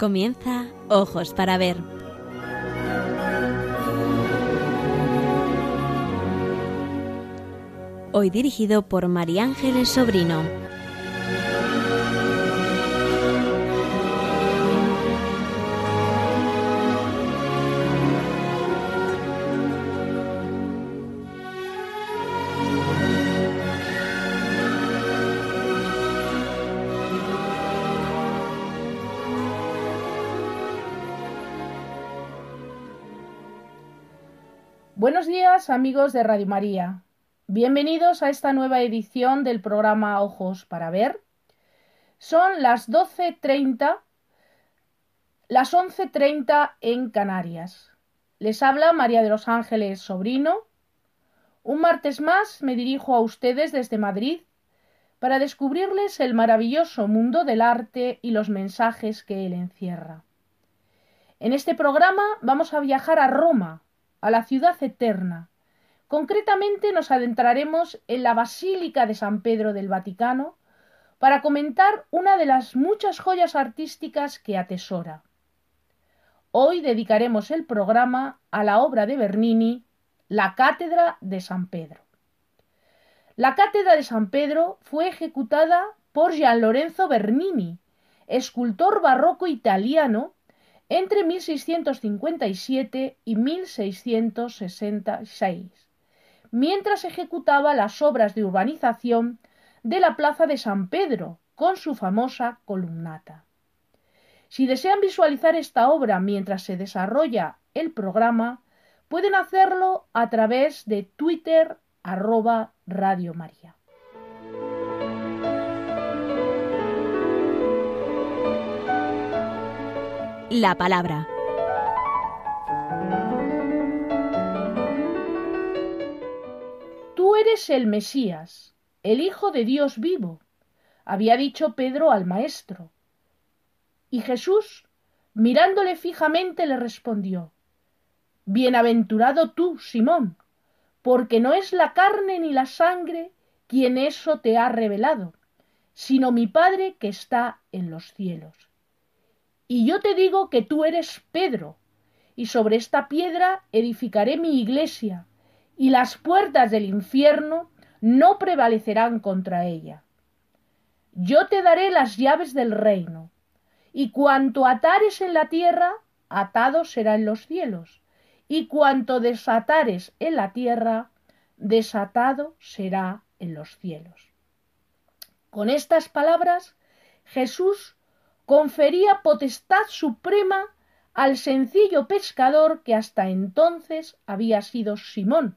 Comienza Ojos para Ver. Hoy dirigido por María Ángeles Sobrino. Buenos días, amigos de Radio María. Bienvenidos a esta nueva edición del programa Ojos para Ver. Son las 11:30 en Canarias. Les habla María de los Ángeles Sobrino. Un martes más me dirijo a ustedes desde Madrid para descubrirles el maravilloso mundo del arte y los mensajes que él encierra. En este programa vamos a viajar a Roma, a la ciudad eterna. Concretamente nos adentraremos en la Basílica de San Pedro del Vaticano para comentar una de las muchas joyas artísticas que atesora. Hoy dedicaremos el programa a la obra de Bernini, La Cátedra de San Pedro. La Cátedra de San Pedro fue ejecutada por Gian Lorenzo Bernini, escultor barroco italiano, entre 1657 y 1666, mientras ejecutaba las obras de urbanización de la Plaza de San Pedro con su famosa columnata. Si desean visualizar esta obra mientras se desarrolla el programa, pueden hacerlo a través de Twitter @Radio María. La palabra. Tú eres el Mesías, el Hijo de Dios vivo, había dicho Pedro al Maestro. Y Jesús, mirándole fijamente, le respondió: Bienaventurado tú, Simón, porque no es la carne ni la sangre quien eso te ha revelado, sino mi Padre que está en los cielos. Y yo te digo que tú eres Pedro, y sobre esta piedra edificaré mi iglesia, y las puertas del infierno no prevalecerán contra ella. Yo te daré las llaves del reino, y cuanto atares en la tierra, atado será en los cielos, y cuanto desatares en la tierra, desatado será en los cielos. Con estas palabras, Jesús confería potestad suprema al sencillo pescador que hasta entonces había sido Simón,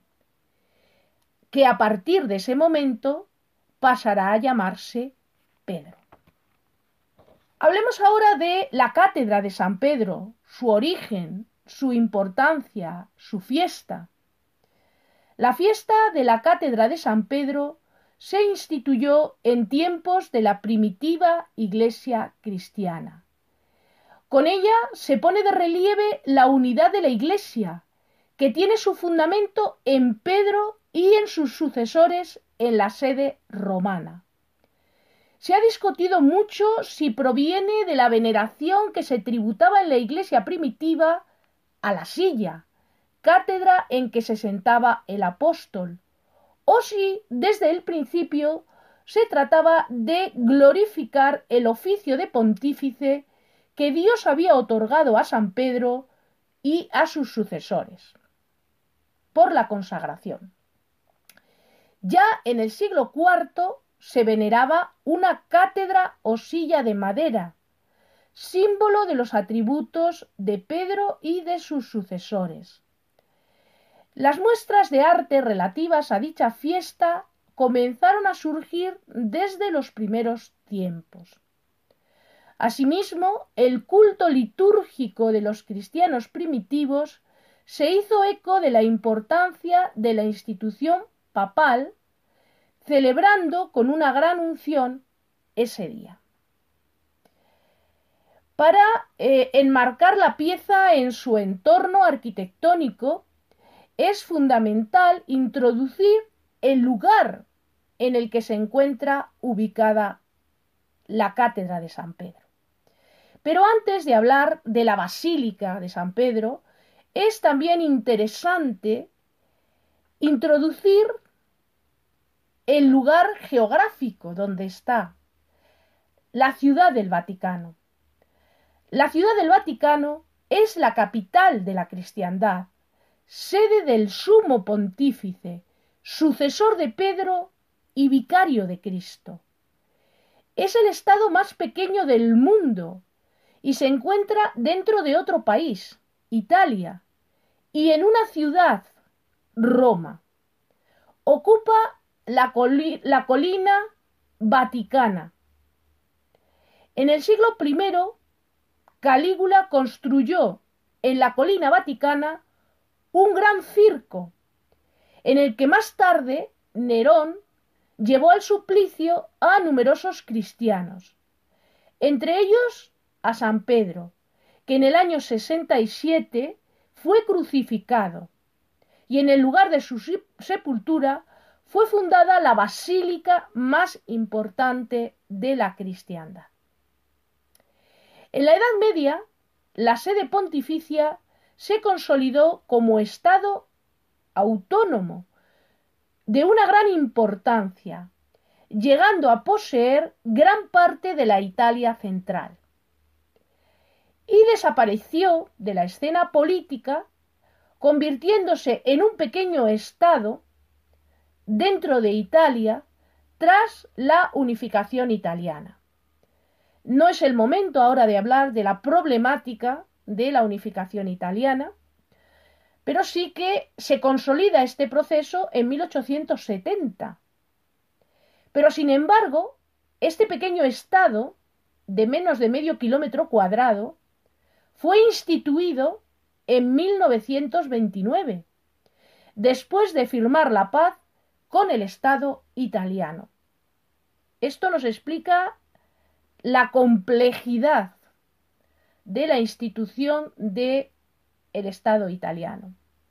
que a partir de ese momento pasará a llamarse Pedro. Hablemos ahora de la Cátedra de San Pedro, su origen, su importancia, su fiesta. La fiesta de la Cátedra de San Pedro se instituyó en tiempos de la primitiva Iglesia cristiana. Con ella se pone de relieve la unidad de la Iglesia, que tiene su fundamento en Pedro y en sus sucesores en la sede romana. Se ha discutido mucho si proviene de la veneración que se tributaba en la Iglesia primitiva a la silla, cátedra en que se sentaba el apóstol, o si desde el principio se trataba de glorificar el oficio de pontífice que Dios había otorgado a San Pedro y a sus sucesores por la consagración. Ya en el siglo IV se veneraba una cátedra o silla de madera, símbolo de los atributos de Pedro y de sus sucesores. Las muestras de arte relativas a dicha fiesta comenzaron a surgir desde los primeros tiempos. Asimismo, el culto litúrgico de los cristianos primitivos se hizo eco de la importancia de la institución papal, celebrando con una gran unción ese día. Para enmarcar la pieza en su entorno arquitectónico, es fundamental introducir el lugar en el que se encuentra ubicada la Cátedra de San Pedro. Pero antes de hablar de la Basílica de San Pedro, es también interesante introducir el lugar geográfico donde está la Ciudad del Vaticano. La Ciudad del Vaticano es la capital de la cristiandad, sede del Sumo Pontífice, sucesor de Pedro y vicario de Cristo. Es el estado más pequeño del mundo y se encuentra dentro de otro país, Italia, y en una ciudad, Roma. Ocupa la colina vaticana. En el siglo I, Calígula construyó en la colina vaticana un gran circo, en el que más tarde Nerón llevó al suplicio a numerosos cristianos, entre ellos a San Pedro, que en el año 67 fue crucificado, y en el lugar de su sepultura fue fundada la basílica más importante de la cristiandad. En la Edad Media, la sede pontificia se consolidó como estado autónomo de una gran importancia, llegando a poseer gran parte de la Italia central. Y desapareció de la escena política, convirtiéndose en un pequeño estado dentro de Italia tras la unificación italiana. No es el momento ahora de hablar de la problemática de la unificación italiana, pero sí que se consolida este proceso en 1870. Pero sin embargo, este pequeño estado, de menos de medio kilómetro cuadrado, fue instituido en 1929, después de firmar la paz con el Estado italiano. Esto nos explica la complejidad de la institución del Estado italiano.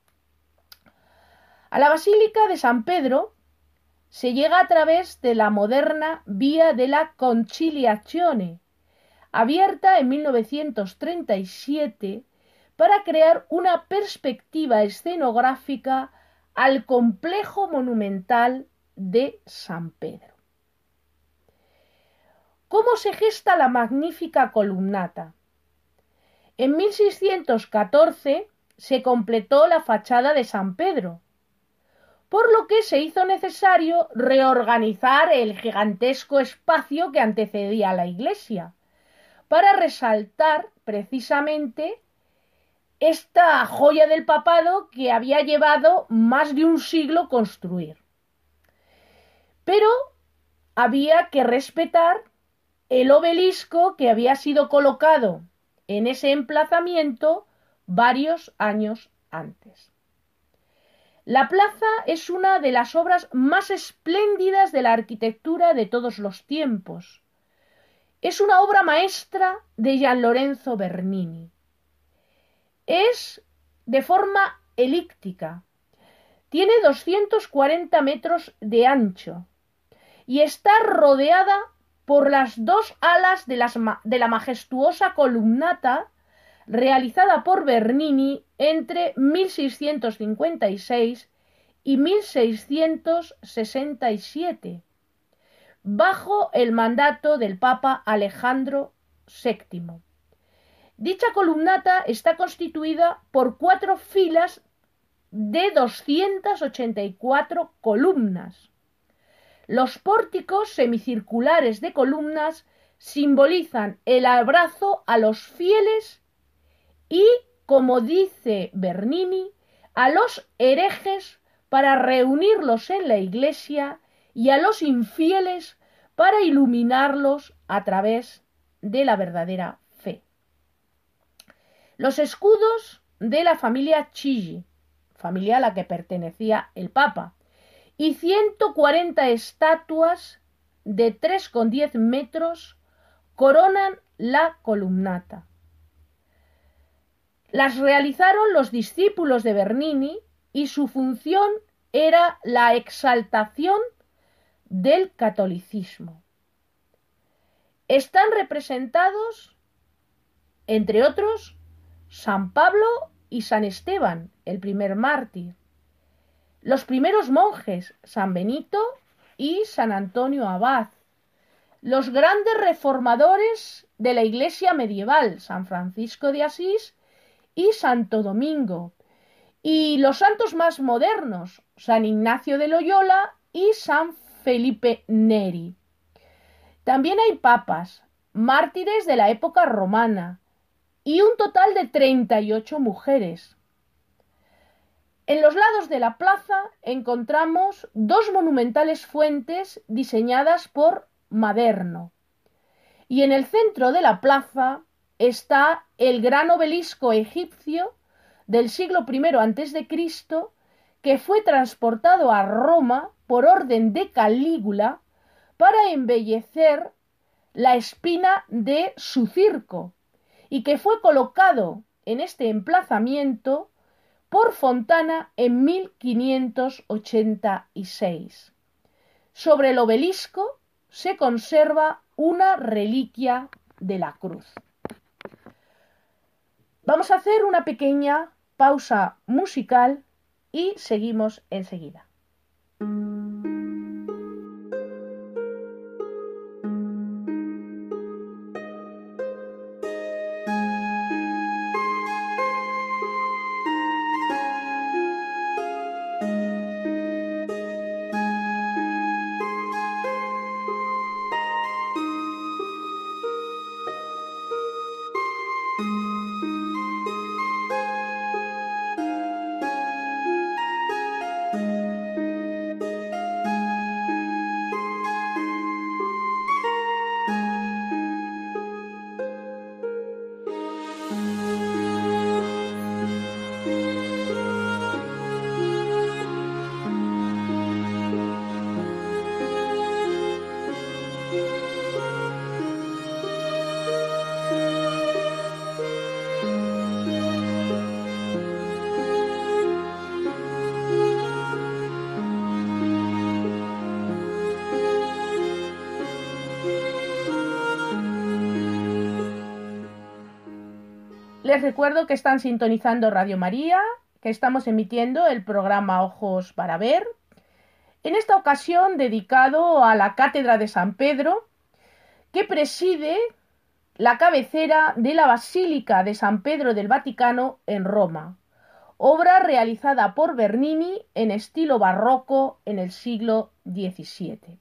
A la Basílica de San Pedro se llega a través de la moderna Vía della Conciliazione, abierta en 1937 para crear una perspectiva escenográfica al complejo monumental de San Pedro. ¿Cómo se gesta la magnífica columnata? En 1614 se completó la fachada de San Pedro, por lo que se hizo necesario reorganizar el gigantesco espacio que antecedía a la iglesia, para resaltar precisamente esta joya del papado que había llevado más de un siglo construir. Pero había que respetar el obelisco que había sido colocado en ese emplazamiento varios años antes. La plaza es una de las obras más espléndidas de la arquitectura de todos los tiempos. Es una obra maestra de Gian Lorenzo Bernini. Es de forma elíptica, tiene 240 metros de ancho y está rodeada por las dos alas de la majestuosa columnata realizada por Bernini entre 1656 y 1667, bajo el mandato del Papa Alejandro VII. Dicha columnata está constituida por 4 filas de 284 columnas. Los pórticos semicirculares de columnas simbolizan el abrazo a los fieles y, como dice Bernini, a los herejes para reunirlos en la iglesia y a los infieles para iluminarlos a través de la verdadera fe. Los escudos de la familia Chigi, familia a la que pertenecía el Papa, y 140 estatuas de 3,10 metros coronan la columnata. Las realizaron los discípulos de Bernini y su función era la exaltación del catolicismo. Están representados entre otros San Pablo y San Esteban, el primer mártir, los primeros monjes, San Benito y San Antonio Abad, los grandes reformadores de la Iglesia medieval, San Francisco de Asís y Santo Domingo, y los santos más modernos, San Ignacio de Loyola y San Felipe Neri. También hay papas, mártires de la época romana, y un total de 38 mujeres. En los lados de la plaza encontramos dos monumentales fuentes diseñadas por Maderno. Y en el centro de la plaza está el gran obelisco egipcio del siglo I a.C., que fue transportado a Roma por orden de Calígula para embellecer la espina de su circo, y que fue colocado en este emplazamiento por Fontana en 1586. Sobre el obelisco se conserva una reliquia de la cruz. Vamos a hacer una pequeña pausa musical y seguimos enseguida. Les recuerdo que están sintonizando Radio María, que estamos emitiendo el programa Ojos para Ver, en esta ocasión dedicado a la Cátedra de San Pedro, que preside la cabecera de la Basílica de San Pedro del Vaticano en Roma, obra realizada por Bernini en estilo barroco en el siglo XVII.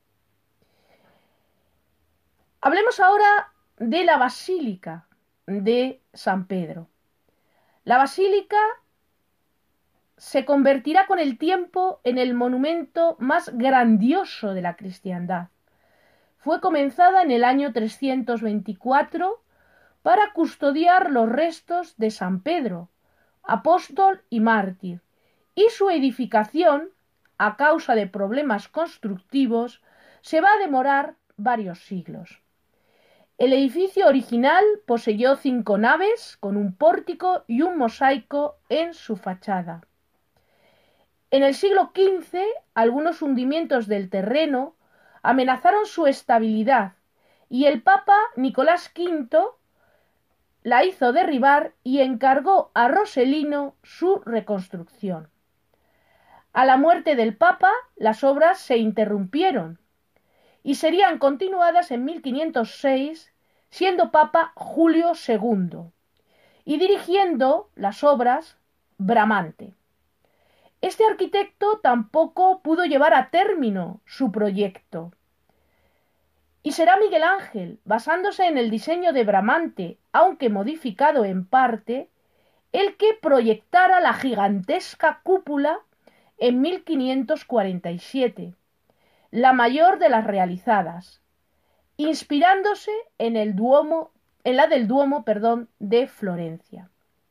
Hablemos ahora de la Basílica de San Pedro. La basílica se convertirá con el tiempo en el monumento más grandioso de la cristiandad. Fue comenzada en el año 324 para custodiar los restos de San Pedro, apóstol y mártir, y su edificación, a causa de problemas constructivos, se va a demorar varios siglos. El edificio original poseyó 5 naves con un pórtico y un mosaico en su fachada. En el siglo XV, algunos hundimientos del terreno amenazaron su estabilidad y el Papa Nicolás V la hizo derribar y encargó a Roselino su reconstrucción. A la muerte del Papa, las obras se interrumpieron y serían continuadas en 1506, siendo Papa Julio II, y dirigiendo las obras Bramante. Este arquitecto tampoco pudo llevar a término su proyecto, y será Miguel Ángel, basándose en el diseño de Bramante, aunque modificado en parte, el que proyectara la gigantesca cúpula en 1547, la mayor de las realizadas, inspirándose en la del Duomo de Florencia.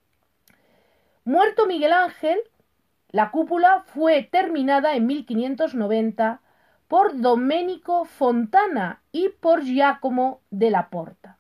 Muerto Miguel Ángel, la cúpula fue terminada en 1590 por Domenico Fontana y por Giacomo della Porta.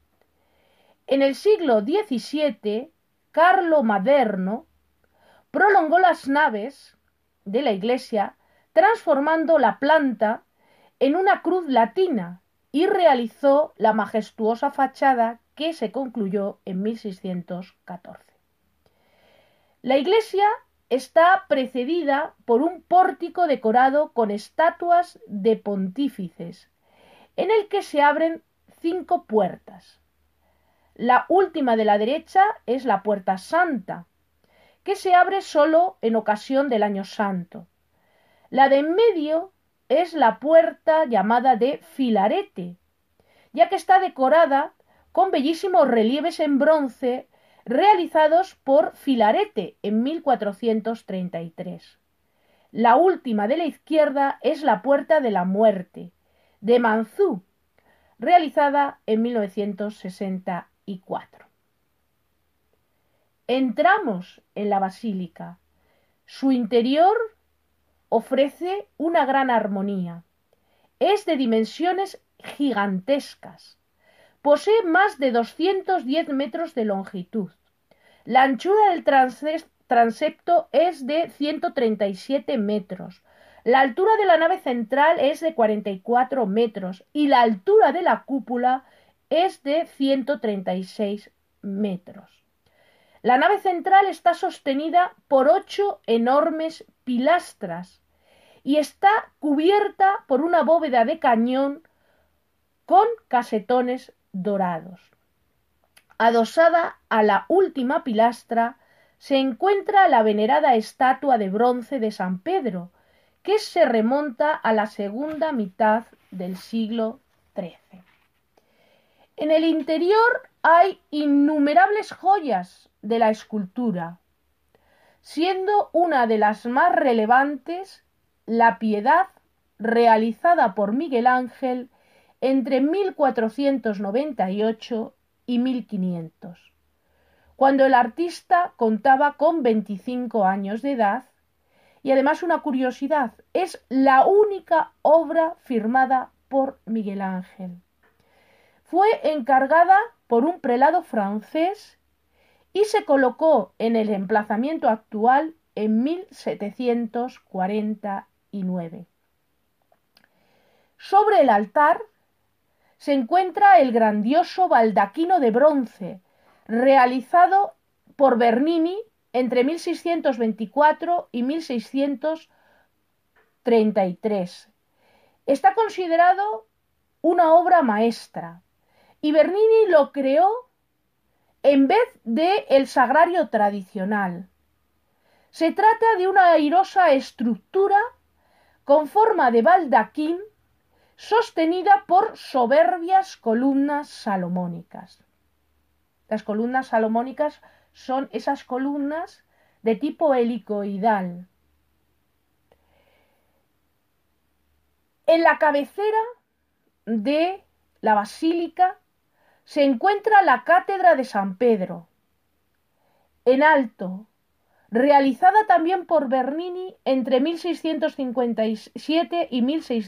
En el siglo XVII, Carlo Maderno prolongó las naves de la iglesia, transformando la planta en una cruz latina, y realizó la majestuosa fachada que se concluyó en 1614. La iglesia está precedida por un pórtico decorado con estatuas de pontífices, en el que se abren 5 puertas. La última de la derecha es la Puerta Santa, que se abre solo en ocasión del Año Santo. La de en medio es la puerta llamada de Filarete, ya que está decorada con bellísimos relieves en bronce realizados por Filarete en 1433. La última de la izquierda es la Puerta de la Muerte, de Manzú, realizada en 1964. Entramos en la basílica. Su interior ofrece una gran armonía. Es de dimensiones gigantescas. Posee más de 210 metros de longitud. La anchura del transepto es de 137 metros. La altura de la nave central es de 44 metros y la altura de la cúpula es de 136 metros. La nave central está sostenida por 8 enormes pilastras y está cubierta por una bóveda de cañón con casetones dorados. Adosada a la última pilastra se encuentra la venerada estatua de bronce de San Pedro, que se remonta a la segunda mitad del siglo XIII. En el interior hay innumerables joyas de la escultura, siendo una de las más relevantes la Piedad, realizada por Miguel Ángel entre 1498 y 1500, cuando el artista contaba con 25 años de edad. Y además, una curiosidad, es la única obra firmada por Miguel Ángel. Fue encargada por un prelado francés y se colocó en el emplazamiento actual en 1749. Sobre el altar se encuentra el grandioso baldaquino de bronce, realizado por Bernini entre 1624 y 1633. Está considerado una obra maestra y Bernini lo creó en vez de el sagrario tradicional. Se trata de una airosa estructura con forma de baldaquín sostenida por soberbias columnas salomónicas. Las columnas salomónicas son esas columnas de tipo helicoidal. En la cabecera de la basílica se encuentra la Cátedra de San Pedro, en alto, realizada también por Bernini entre 1657 y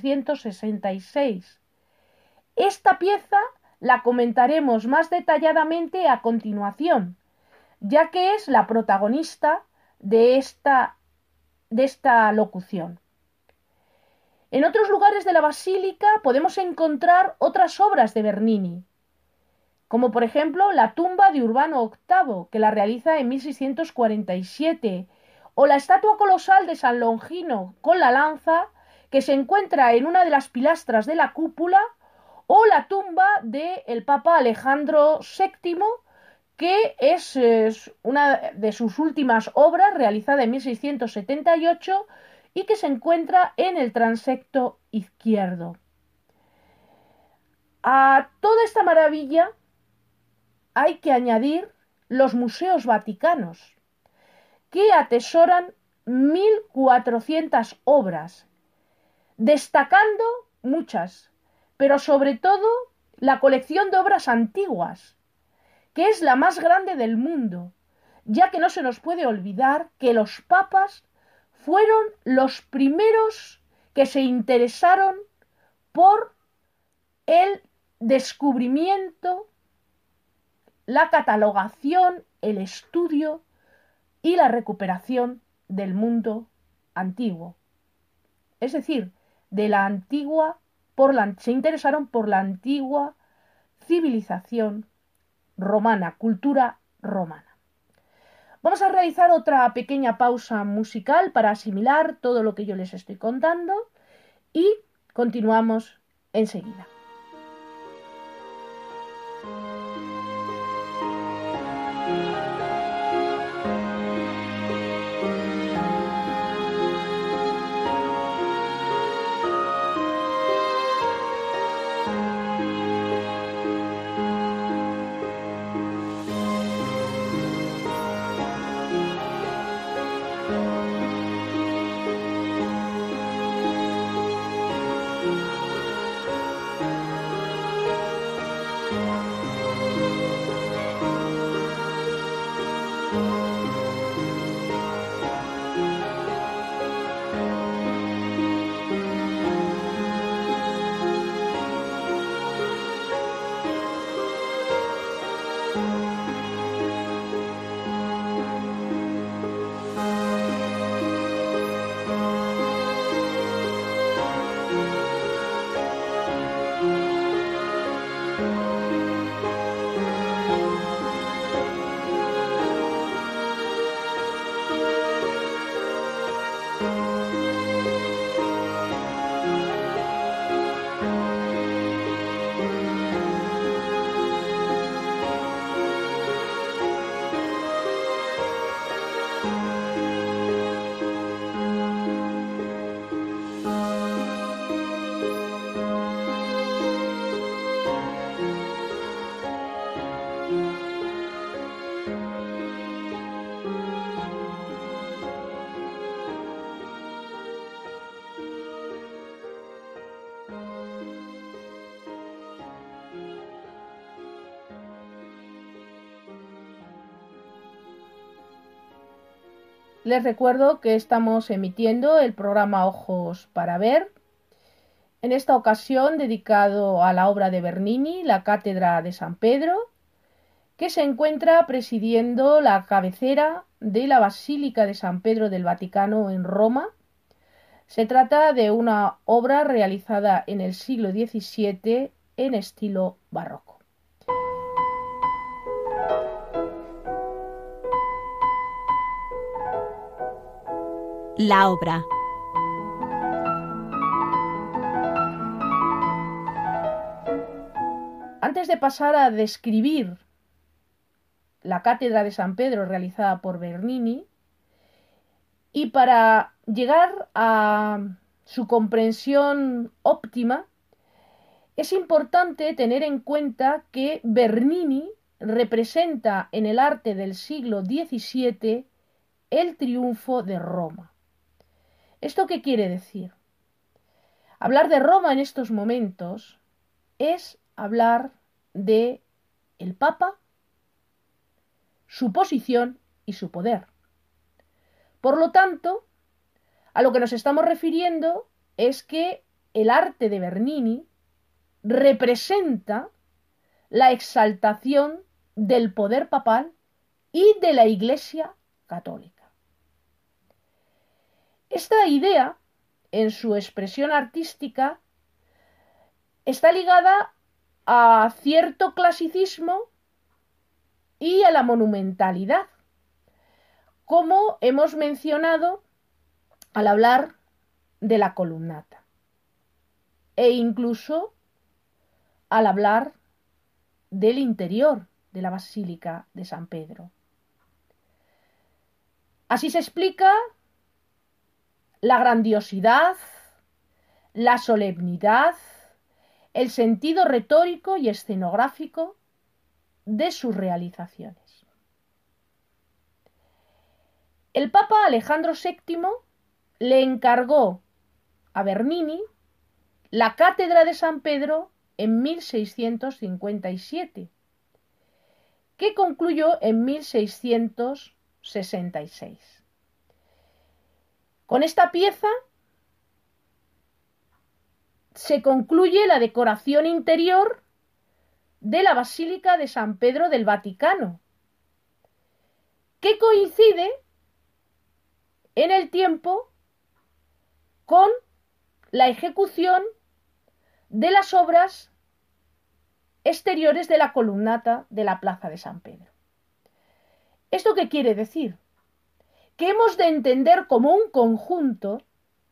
1666. Esta pieza la comentaremos más detalladamente a continuación, ya que es la protagonista de esta locución. En otros lugares de la basílica podemos encontrar otras obras de Bernini, como por ejemplo la tumba de Urbano VIII, que la realiza en 1647, o la estatua colosal de San Longino con la lanza, que se encuentra en una de las pilastras de la cúpula, o la tumba del Papa Alejandro VII, que es una de sus últimas obras, realizada en 1678, y que se encuentra en el transepto izquierdo. A toda esta maravilla hay que añadir los museos vaticanos, que atesoran 1400 obras, destacando muchas, pero sobre todo la colección de obras antiguas, que es la más grande del mundo, ya que no se nos puede olvidar que los papas fueron los primeros que se interesaron por el descubrimiento, la catalogación, el estudio y la recuperación del mundo antiguo. Es decir, se interesaron por la antigua civilización romana, cultura romana. Vamos a realizar otra pequeña pausa musical para asimilar todo lo que yo les estoy contando y continuamos enseguida. Les recuerdo que estamos emitiendo el programa Ojos para Ver, en esta ocasión dedicado a la obra de Bernini, la Cátedra de San Pedro, que se encuentra presidiendo la cabecera de la Basílica de San Pedro del Vaticano en Roma. Se trata de una obra realizada en el siglo XVII en estilo barroco. La obra. Antes de pasar a describir la Cátedra de San Pedro realizada por Bernini, y para llegar a su comprensión óptima, es importante tener en cuenta que Bernini representa en el arte del siglo XVII el triunfo de Roma. ¿Esto qué quiere decir? Hablar de Roma en estos momentos es hablar de el Papa, su posición y su poder. Por lo tanto, a lo que nos estamos refiriendo es que el arte de Bernini representa la exaltación del poder papal y de la Iglesia católica. Esta idea, en su expresión artística, está ligada a cierto clasicismo y a la monumentalidad, como hemos mencionado al hablar de la columnata, e incluso al hablar del interior de la Basílica de San Pedro. Así se explica la grandiosidad, la solemnidad, el sentido retórico y escenográfico de sus realizaciones. El Papa Alejandro VII le encargó a Bernini la Cátedra de San Pedro en 1657, que concluyó en 1666. Con esta pieza se concluye la decoración interior de la Basílica de San Pedro del Vaticano, que coincide en el tiempo con la ejecución de las obras exteriores de la columnata de la Plaza de San Pedro. ¿Esto qué quiere decir? Que hemos de entender como un conjunto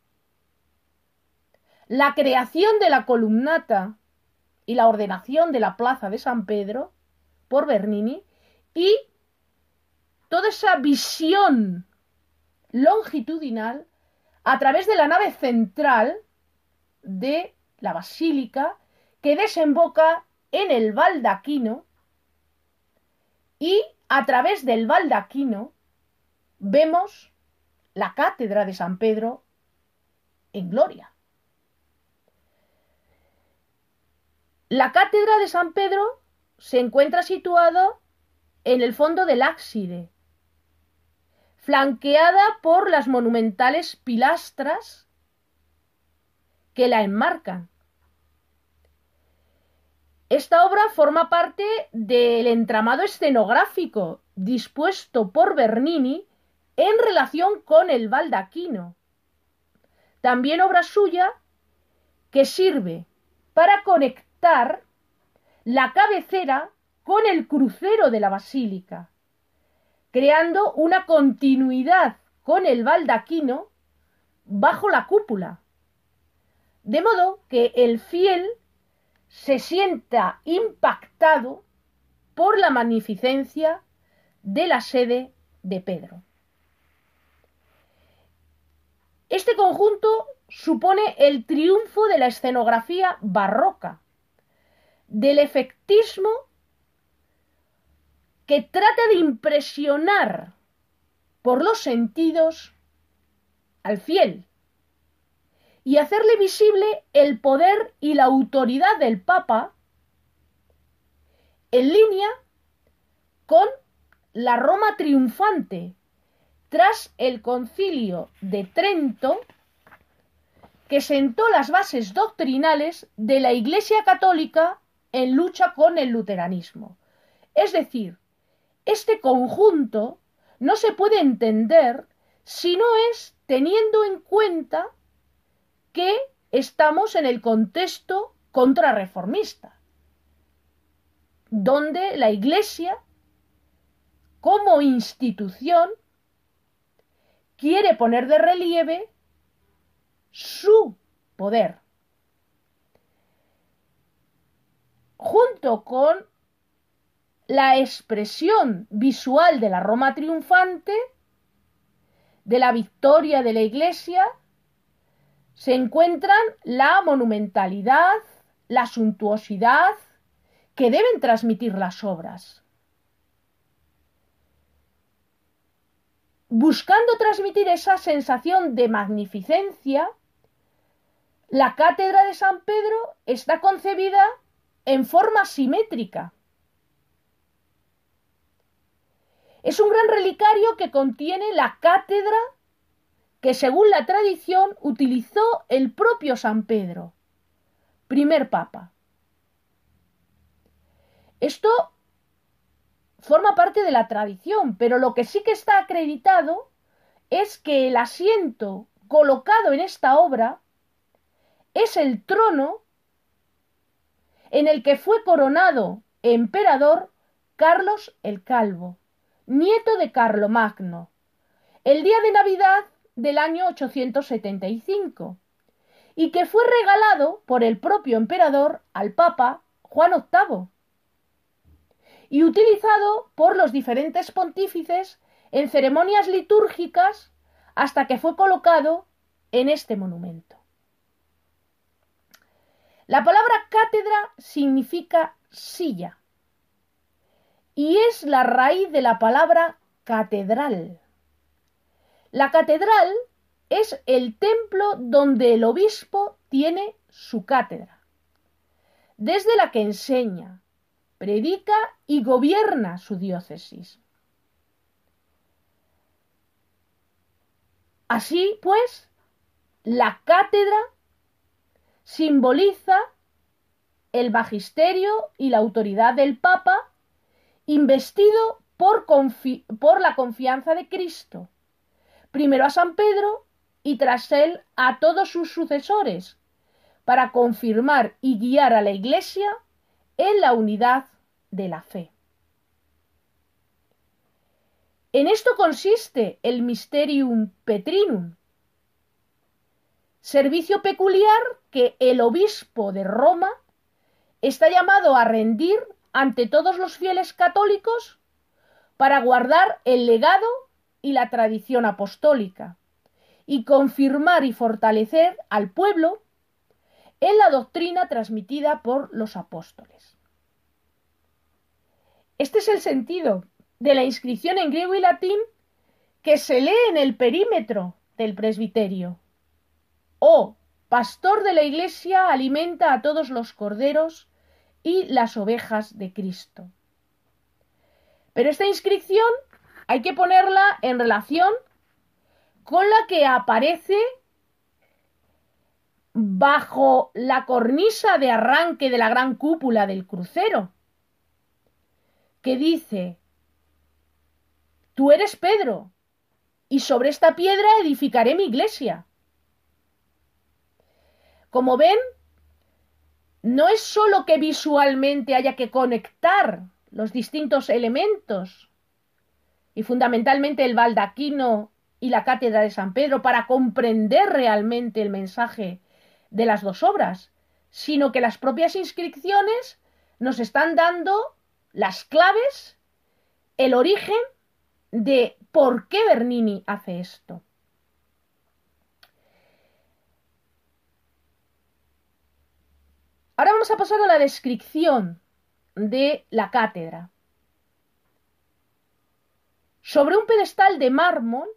la creación de la columnata y la ordenación de la Plaza de San Pedro por Bernini y toda esa visión longitudinal a través de la nave central de la basílica que desemboca en el baldaquino, y a través del baldaquino vemos la cátedra de San Pedro en gloria. La cátedra de San Pedro se encuentra situado en el fondo del ábside, flanqueada por las monumentales pilastras que la enmarcan. Esta obra forma parte del entramado escenográfico dispuesto por Bernini en relación con el baldaquino, también obra suya que sirve para conectar la cabecera con el crucero de la basílica, creando una continuidad con el baldaquino bajo la cúpula, de modo que el fiel se sienta impactado por la magnificencia de la sede de Pedro. Este conjunto supone el triunfo de la escenografía barroca, del efectismo que trata de impresionar por los sentidos al fiel y hacerle visible el poder y la autoridad del Papa en línea con la Roma triunfante tras el Concilio de Trento, que sentó las bases doctrinales de la Iglesia católica en lucha con el luteranismo. Es decir, este conjunto no se puede entender si no es teniendo en cuenta que estamos en el contexto contrarreformista, donde la Iglesia, como institución, quiere poner de relieve su poder, junto con la expresión visual de la Roma triunfante, de la victoria de la Iglesia. Se encuentran la monumentalidad, la suntuosidad que deben transmitir las obras. Buscando transmitir esa sensación de magnificencia, la cátedra de San Pedro está concebida en forma simétrica. Es un gran relicario que contiene la cátedra que, según la tradición, utilizó el propio San Pedro, primer papa. Esto forma parte de la tradición, pero lo que sí que está acreditado es que el asiento colocado en esta obra es el trono en el que fue coronado emperador Carlos el Calvo, nieto de Carlomagno, el día de Navidad del año 875, y que fue regalado por el propio emperador al Papa Juan VIII y utilizado por los diferentes pontífices en ceremonias litúrgicas hasta que fue colocado en este monumento. La palabra cátedra significa silla y es la raíz de la palabra catedral. La catedral es el templo donde el obispo tiene su cátedra, desde la que enseña, predica y gobierna su diócesis. Así pues, la cátedra simboliza el magisterio y la autoridad del Papa, investido por la confianza de Cristo, primero a San Pedro y tras él a todos sus sucesores, para confirmar y guiar a la Iglesia en la unidad de la fe. En esto consiste el Mysterium Petrinum, servicio peculiar que el obispo de Roma está llamado a rendir ante todos los fieles católicos para guardar el legado y la tradición apostólica y confirmar y fortalecer al pueblo en la doctrina transmitida por los apóstoles. Este es el sentido de la inscripción en griego y latín que se lee en el perímetro del presbiterio. Oh, pastor de la Iglesia, alimenta a todos los corderos y las ovejas de Cristo. Pero esta inscripción hay que ponerla en relación con la que aparece bajo la cornisa de arranque de la gran cúpula del crucero, que dice: tú eres Pedro, y sobre esta piedra edificaré mi iglesia. Como ven, no es solo que visualmente haya que conectar los distintos elementos, y fundamentalmente el baldaquino y la cátedra de San Pedro, para comprender realmente el mensaje de las dos obras, sino que las propias inscripciones nos están dando las claves, el origen de por qué Bernini hace esto. Ahora vamos a pasar a la descripción de la cátedra. Sobre un pedestal de mármol,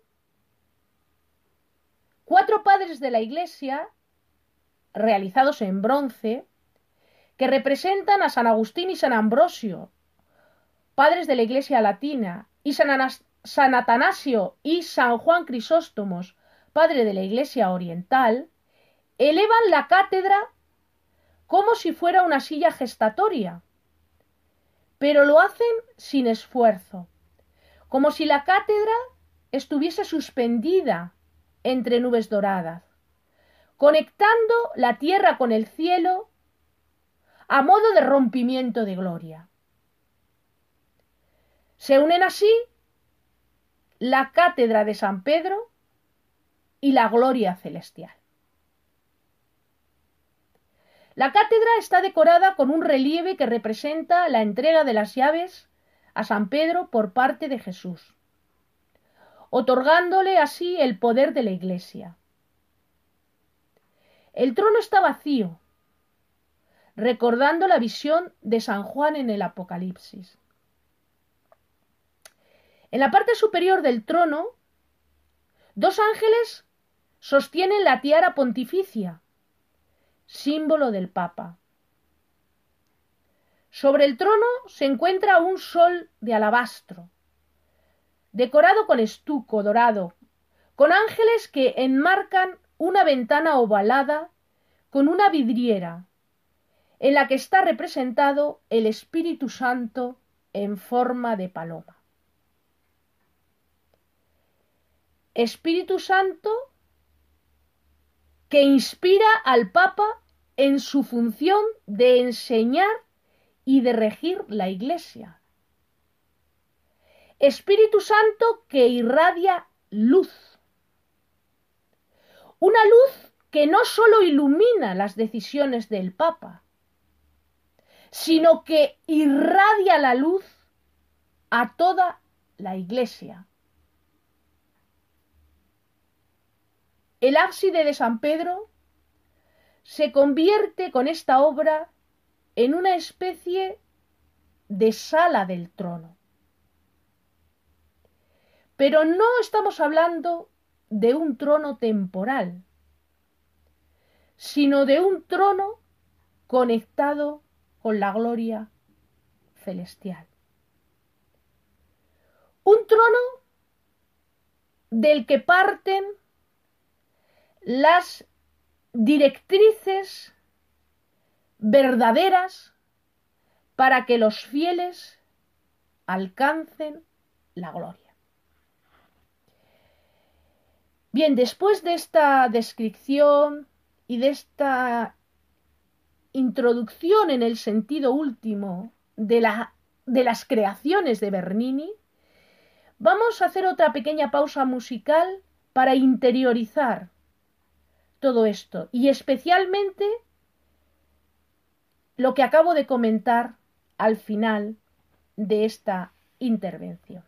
4 padres de la Iglesia, realizados en bronce, que representan a San Agustín y San Ambrosio, padres de la Iglesia latina, y San Atanasio y San Juan Crisóstomos, padre de la Iglesia oriental, elevan la cátedra como si fuera una silla gestatoria, pero lo hacen sin esfuerzo, como si la cátedra estuviese suspendida entre nubes doradas, conectando la tierra con el cielo a modo de rompimiento de gloria. Se unen así la cátedra de San Pedro y la gloria celestial. La cátedra está decorada con un relieve que representa la entrega de las llaves a San Pedro por parte de Jesús, otorgándole así el poder de la Iglesia. El trono está vacío, recordando la visión de San Juan en el Apocalipsis. En la parte superior del trono, 2 ángeles sostienen la tiara pontificia, símbolo del Papa. Sobre el trono se encuentra un sol de alabastro, decorado con estuco dorado, con ángeles que enmarcan una ventana ovalada con una vidriera, en la que está representado el Espíritu Santo en forma de paloma. Espíritu Santo que inspira al Papa en su función de enseñar y de regir la Iglesia. Espíritu Santo que irradia luz. Una luz que no solo ilumina las decisiones del Papa, sino que irradia la luz a toda la Iglesia. El ábside de San Pedro se convierte con esta obra en una especie de sala del trono. Pero no estamos hablando de un trono temporal, sino de un trono conectado con la gloria celestial. Un trono del que parten las directrices verdaderas para que los fieles alcancen la gloria. Bien, después de esta descripción y de esta introducción en el sentido último de las creaciones de Bernini, vamos a hacer otra pequeña pausa musical para interiorizar todo esto y especialmente lo que acabo de comentar al final de esta intervención.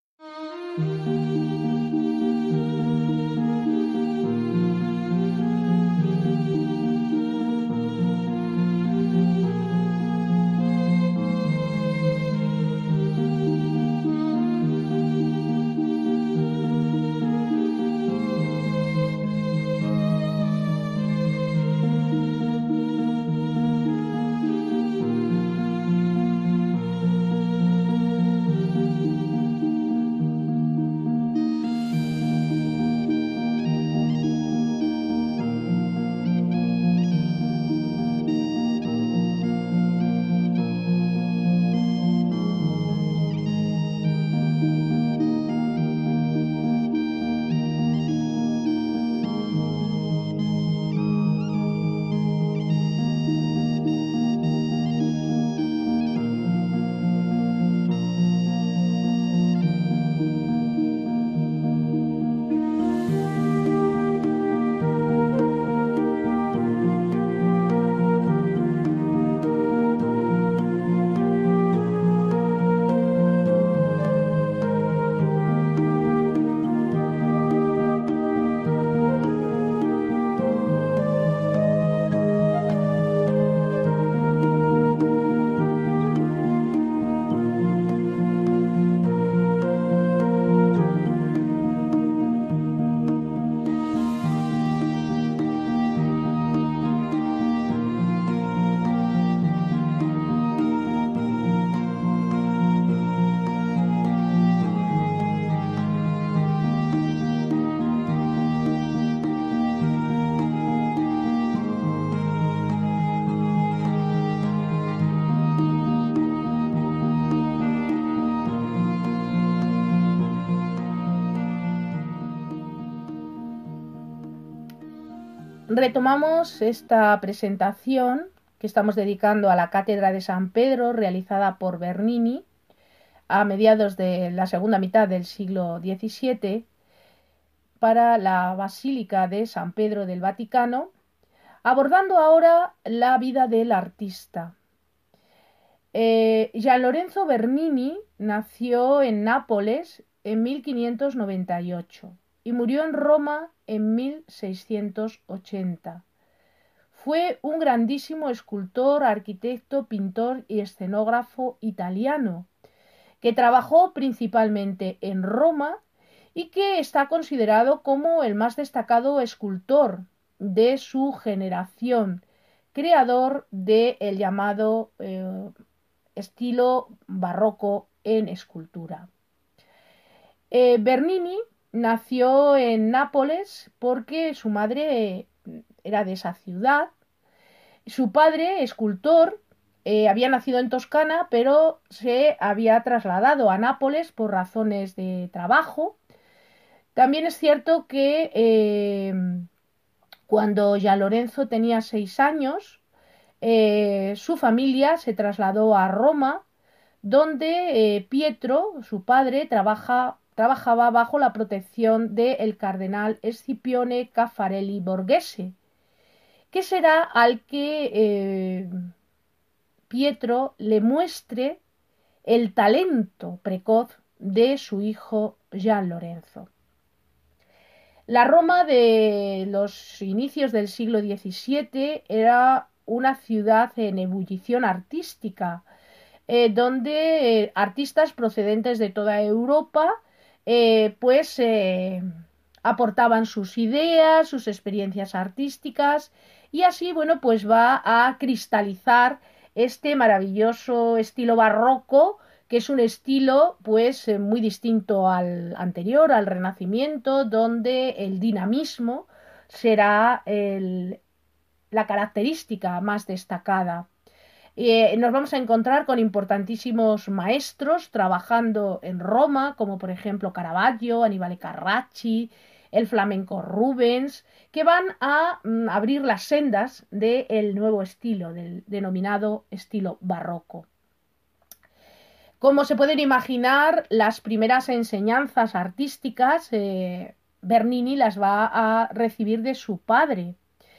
Retomamos esta presentación que estamos dedicando a la Cátedra de San Pedro, realizada por Bernini a mediados de la segunda mitad del siglo XVII para la Basílica de San Pedro del Vaticano, abordando ahora la vida del artista. Gian Lorenzo Bernini nació en Nápoles en 1598 y murió en Roma en 1680. Fue un grandísimo escultor, arquitecto, pintor y escenógrafo italiano, que trabajó principalmente en Roma y que está considerado como el más destacado escultor de su generación, creador del llamado estilo barroco en escultura. Bernini nació en Nápoles porque su madre era de esa ciudad. Su padre, escultor, había nacido en Toscana, pero se había trasladado a Nápoles por razones de trabajo. También es cierto que cuando Gian Lorenzo tenía 6 años, su familia se trasladó a Roma, donde Pietro, su padre, trabajaba bajo la protección del cardenal Scipione Caffarelli Borghese, que será al que Pietro le muestre el talento precoz de su hijo Gian Lorenzo. La Roma de los inicios del siglo XVII era una ciudad en ebullición artística, donde artistas procedentes de toda Europa aportaban sus ideas, sus experiencias artísticas, y así, bueno, pues va a cristalizar este maravilloso estilo barroco, que es un estilo pues muy distinto al anterior, al Renacimiento, donde el dinamismo será la característica más destacada. Nos vamos a encontrar con importantísimos maestros trabajando en Roma, como por ejemplo Caravaggio, Annibale Carracci, el flamenco Rubens, que van a abrir las sendas del nuevo estilo, del denominado estilo barroco. Como se pueden imaginar, las primeras enseñanzas artísticas Bernini las va a recibir de su padre,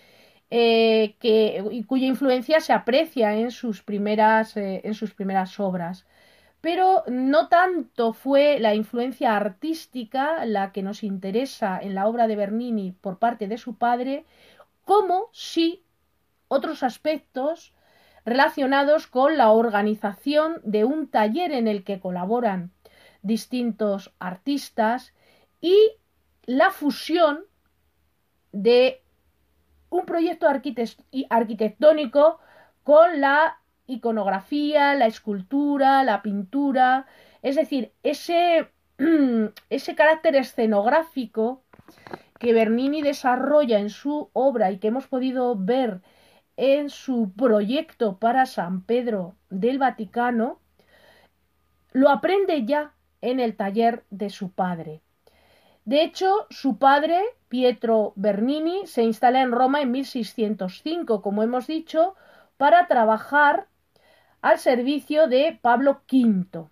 y cuya influencia se aprecia en sus primeras obras. Pero no tanto fue la influencia artística la que nos interesa en la obra de Bernini por parte de su padre, como sí otros aspectos relacionados con la organización de un taller en el que colaboran distintos artistas y la fusión de un proyecto arquitectónico con la iconografía, la escultura, la pintura, es decir, ese carácter escenográfico que Bernini desarrolla en su obra y que hemos podido ver en su proyecto para San Pedro del Vaticano, lo aprende ya en el taller de su padre. De hecho, su padre, Pietro Bernini, se instala en Roma en 1605, como hemos dicho, para trabajar al servicio de Pablo V.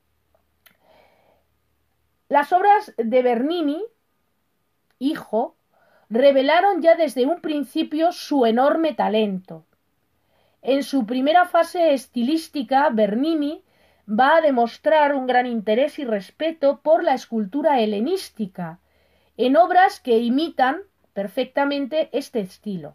Las obras de Bernini, hijo, revelaron ya desde un principio su enorme talento. En su primera fase estilística, Bernini va a demostrar un gran interés y respeto por la escultura helenística, en obras que imitan perfectamente este estilo.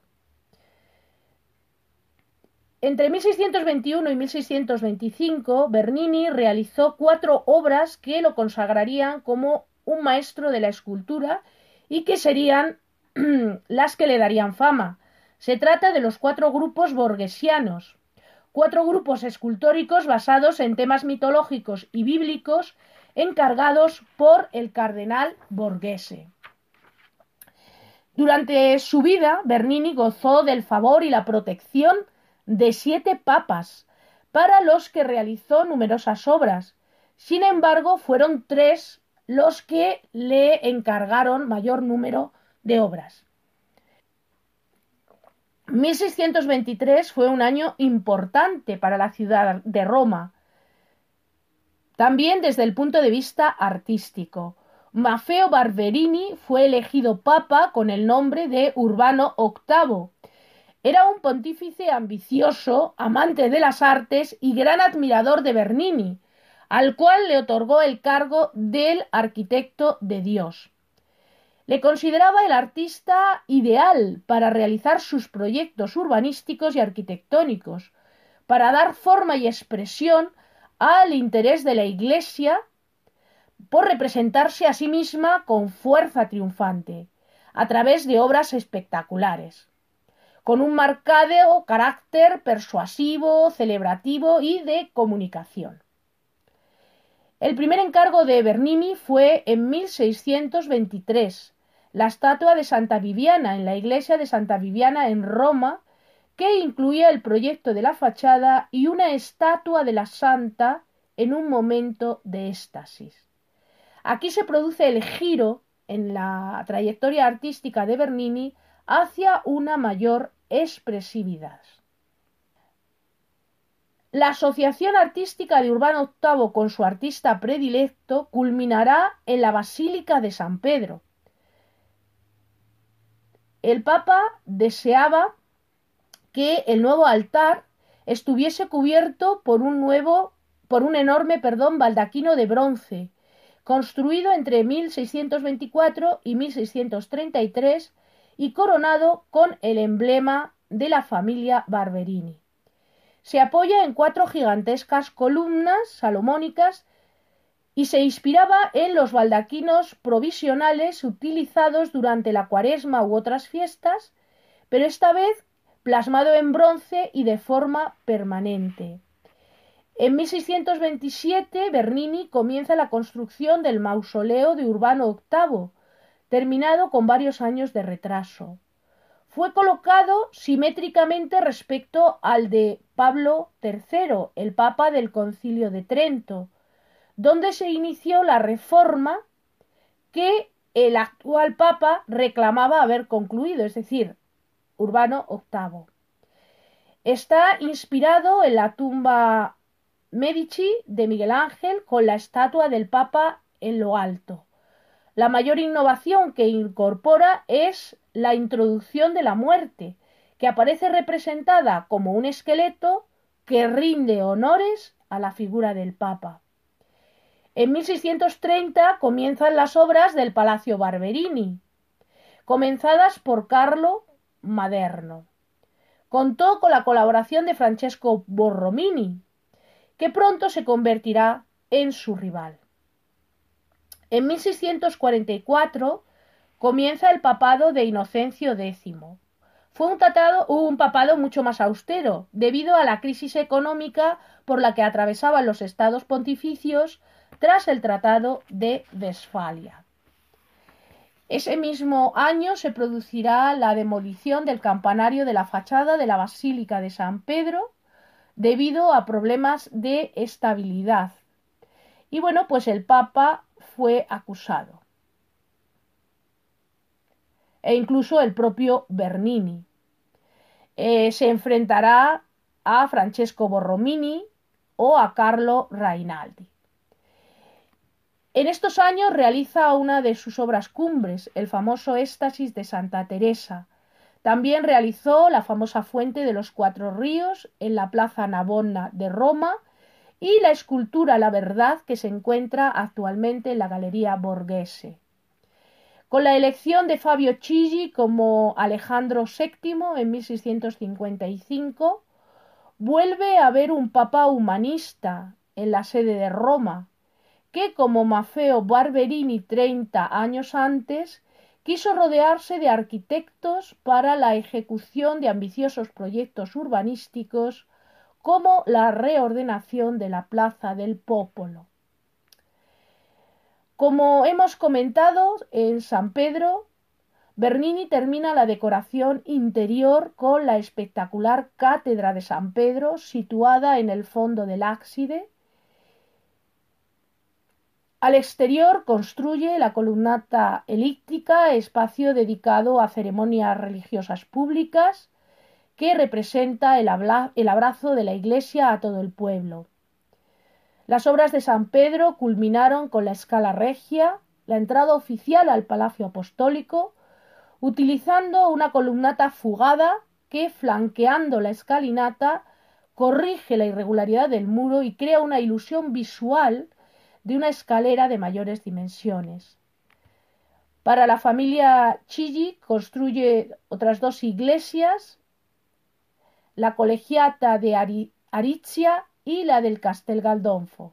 Entre 1621 y 1625, Bernini realizó 4 obras que lo consagrarían como un maestro de la escultura y que serían las que le darían fama. Se trata de los 4 grupos borghesianos, 4 grupos escultóricos basados en temas mitológicos y bíblicos encargados por el cardenal Borghese. Durante su vida, Bernini gozó del favor y la protección de 7 papas, para los que realizó numerosas obras. Sin embargo, fueron 3 los que le encargaron mayor número de obras. 1623 fue un año importante para la ciudad de Roma, también desde el punto de vista artístico. Maffeo Barberini fue elegido papa con el nombre de Urbano VIII. Era un pontífice ambicioso, amante de las artes y gran admirador de Bernini, al cual le otorgó el cargo del arquitecto de Dios. Le consideraba el artista ideal para realizar sus proyectos urbanísticos y arquitectónicos, para dar forma y expresión al interés de la Iglesia por representarse a sí misma con fuerza triunfante, a través de obras espectaculares, con un marcado carácter persuasivo, celebrativo y de comunicación. El primer encargo de Bernini fue en 1623, la estatua de Santa Viviana en la iglesia de Santa Viviana en Roma, que incluía el proyecto de la fachada y una estatua de la santa en un momento de éxtasis. Aquí se produce el giro en la trayectoria artística de Bernini hacia una mayor expresividad. La asociación artística de Urbano VIII con su artista predilecto culminará en la Basílica de San Pedro. El Papa deseaba que el nuevo altar estuviese cubierto por un enorme baldaquino de bronce, construido entre 1624 y 1633 y coronado con el emblema de la familia Barberini. Se apoya en 4 gigantescas columnas salomónicas y se inspiraba en los baldaquinos provisionales utilizados durante la Cuaresma u otras fiestas, pero esta vez plasmado en bronce y de forma permanente. En 1627 Bernini comienza la construcción del mausoleo de Urbano VIII, terminado con varios años de retraso. Fue colocado simétricamente respecto al de Pablo III, el Papa del Concilio de Trento, donde se inició la reforma que el actual Papa reclamaba haber concluido, es decir, Urbano VIII. Está inspirado en la tumba Medici de Miguel Ángel con la estatua del Papa en lo alto. La mayor innovación que incorpora es la introducción de la muerte, que aparece representada como un esqueleto que rinde honores a la figura del Papa. En 1630 comienzan las obras del Palacio Barberini, comenzadas por Carlo Maderno. Contó con la colaboración de Francesco Borromini, que pronto se convertirá en su rival. En 1644 comienza el papado de Inocencio X. Fue un papado mucho más austero, debido a la crisis económica por la que atravesaban los estados pontificios tras el Tratado de Westfalia. Ese mismo año se producirá la demolición del campanario de la fachada de la Basílica de San Pedro debido a problemas de estabilidad. Y bueno, pues el Papa fue acusado. E incluso el propio Bernini. Se enfrentará a Francesco Borromini o a Carlo Rainaldi. En estos años realiza una de sus obras cumbres, el famoso Éxtasis de Santa Teresa. También realizó la famosa Fuente de los Cuatro Ríos en la Plaza Navona de Roma y la escultura La Verdad, que se encuentra actualmente en la Galería Borghese. Con la elección de Fabio Chigi como Alejandro VII en 1655, vuelve a haber un papa humanista en la sede de Roma, que, como Maffeo Barberini 30 años antes, quiso rodearse de arquitectos para la ejecución de ambiciosos proyectos urbanísticos como la reordenación de la Plaza del Popolo. Como hemos comentado, en San Pedro, Bernini termina la decoración interior con la espectacular Cátedra de San Pedro, situada en el fondo del ábside. Al exterior construye la columnata elíptica, espacio dedicado a ceremonias religiosas públicas, que representa el abrazo de la Iglesia a todo el pueblo. Las obras de San Pedro culminaron con la Scala Regia, la entrada oficial al Palacio Apostólico, utilizando una columnata fugada que, flanqueando la escalinata, corrige la irregularidad del muro y crea una ilusión visual de una escalera de mayores dimensiones. Para la familia Chigi construye otras dos iglesias, la Colegiata de Arizia y la del Castel Gandolfo.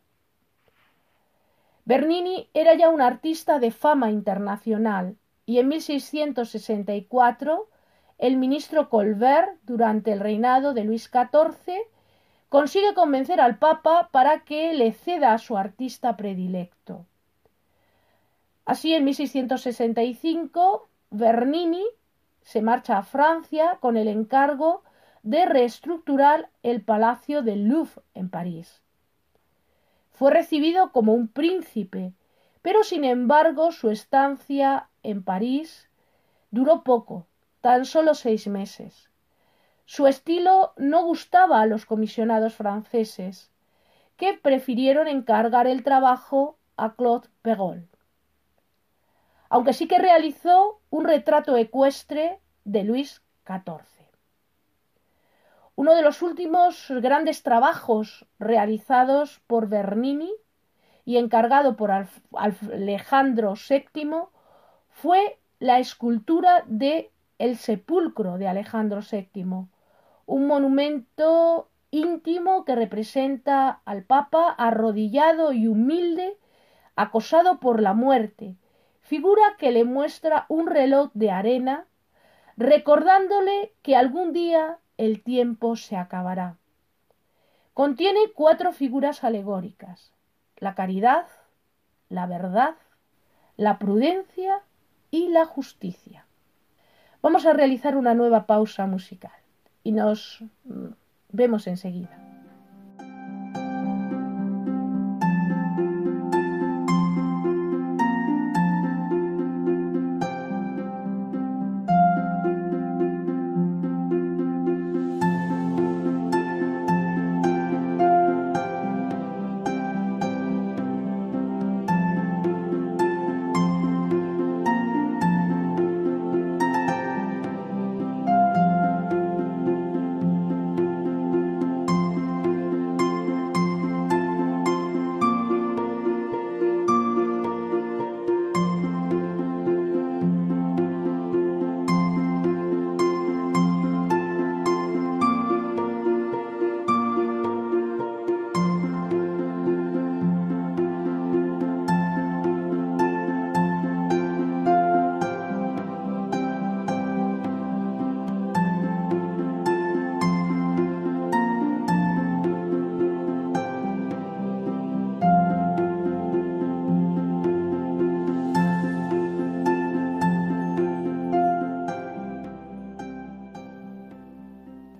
Bernini era ya un artista de fama internacional y en 1664 el ministro Colbert, durante el reinado de Luis XIV, consigue convencer al Papa para que le ceda a su artista predilecto. Así, en 1665, Bernini se marcha a Francia con el encargo de reestructurar el Palacio del Louvre en París. Fue recibido como un príncipe, pero sin embargo su estancia en París duró poco, tan solo 6 meses. Su estilo no gustaba a los comisionados franceses, que prefirieron encargar el trabajo a Claude Perrault. Aunque sí que realizó un retrato ecuestre de Luis XIV. Uno de los últimos grandes trabajos realizados por Bernini y encargado por Alejandro VII fue la escultura de El Sepulcro de Alejandro VII, un monumento íntimo que representa al Papa arrodillado y humilde, acosado por la muerte, figura que le muestra un reloj de arena, recordándole que algún día el tiempo se acabará. Contiene 4 figuras alegóricas: la caridad, la verdad, la prudencia y la justicia. Vamos a realizar una nueva pausa musical y nos vemos enseguida.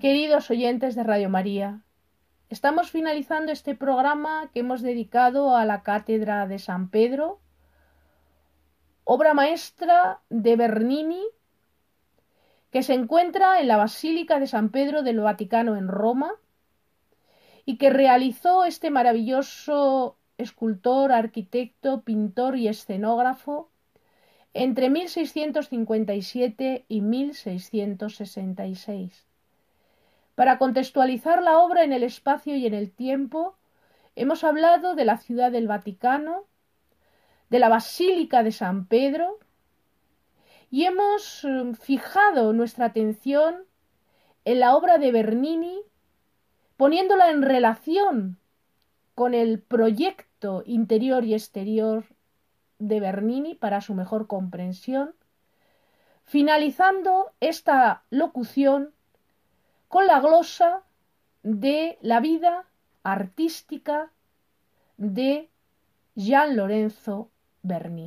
Queridos oyentes de Radio María, estamos finalizando este programa que hemos dedicado a la Cátedra de San Pedro, obra maestra de Bernini, que se encuentra en la Basílica de San Pedro del Vaticano en Roma y que realizó este maravilloso escultor, arquitecto, pintor y escenógrafo entre 1657 y 1666. Para contextualizar la obra en el espacio y en el tiempo, hemos hablado de la Ciudad del Vaticano, de la Basílica de San Pedro, y hemos fijado nuestra atención en la obra de Bernini, poniéndola en relación con el proyecto interior y exterior de Bernini para su mejor comprensión, finalizando esta locución con la glosa de la vida artística de Gian Lorenzo Bernini.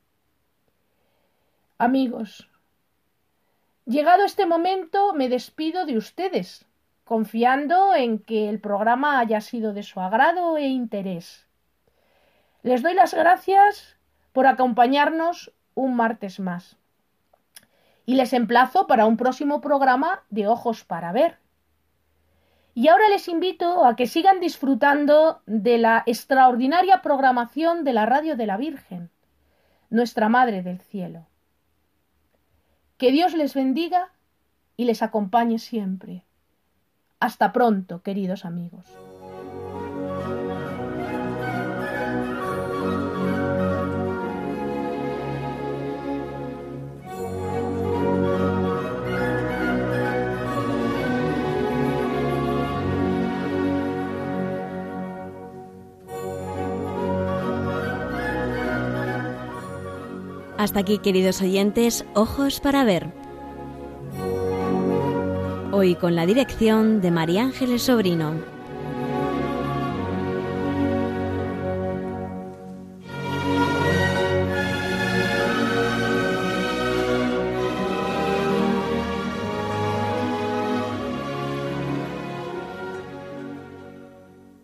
Amigos, llegado este momento me despido de ustedes, confiando en que el programa haya sido de su agrado e interés. Les doy las gracias por acompañarnos un martes más y les emplazo para un próximo programa de Ojos para Ver. Y ahora les invito a que sigan disfrutando de la extraordinaria programación de la Radio de la Virgen, nuestra Madre del Cielo. Que Dios les bendiga y les acompañe siempre. Hasta pronto, queridos amigos. Hasta aquí, queridos oyentes, Ojos para Ver. Hoy con la dirección de María Ángeles Sobrino.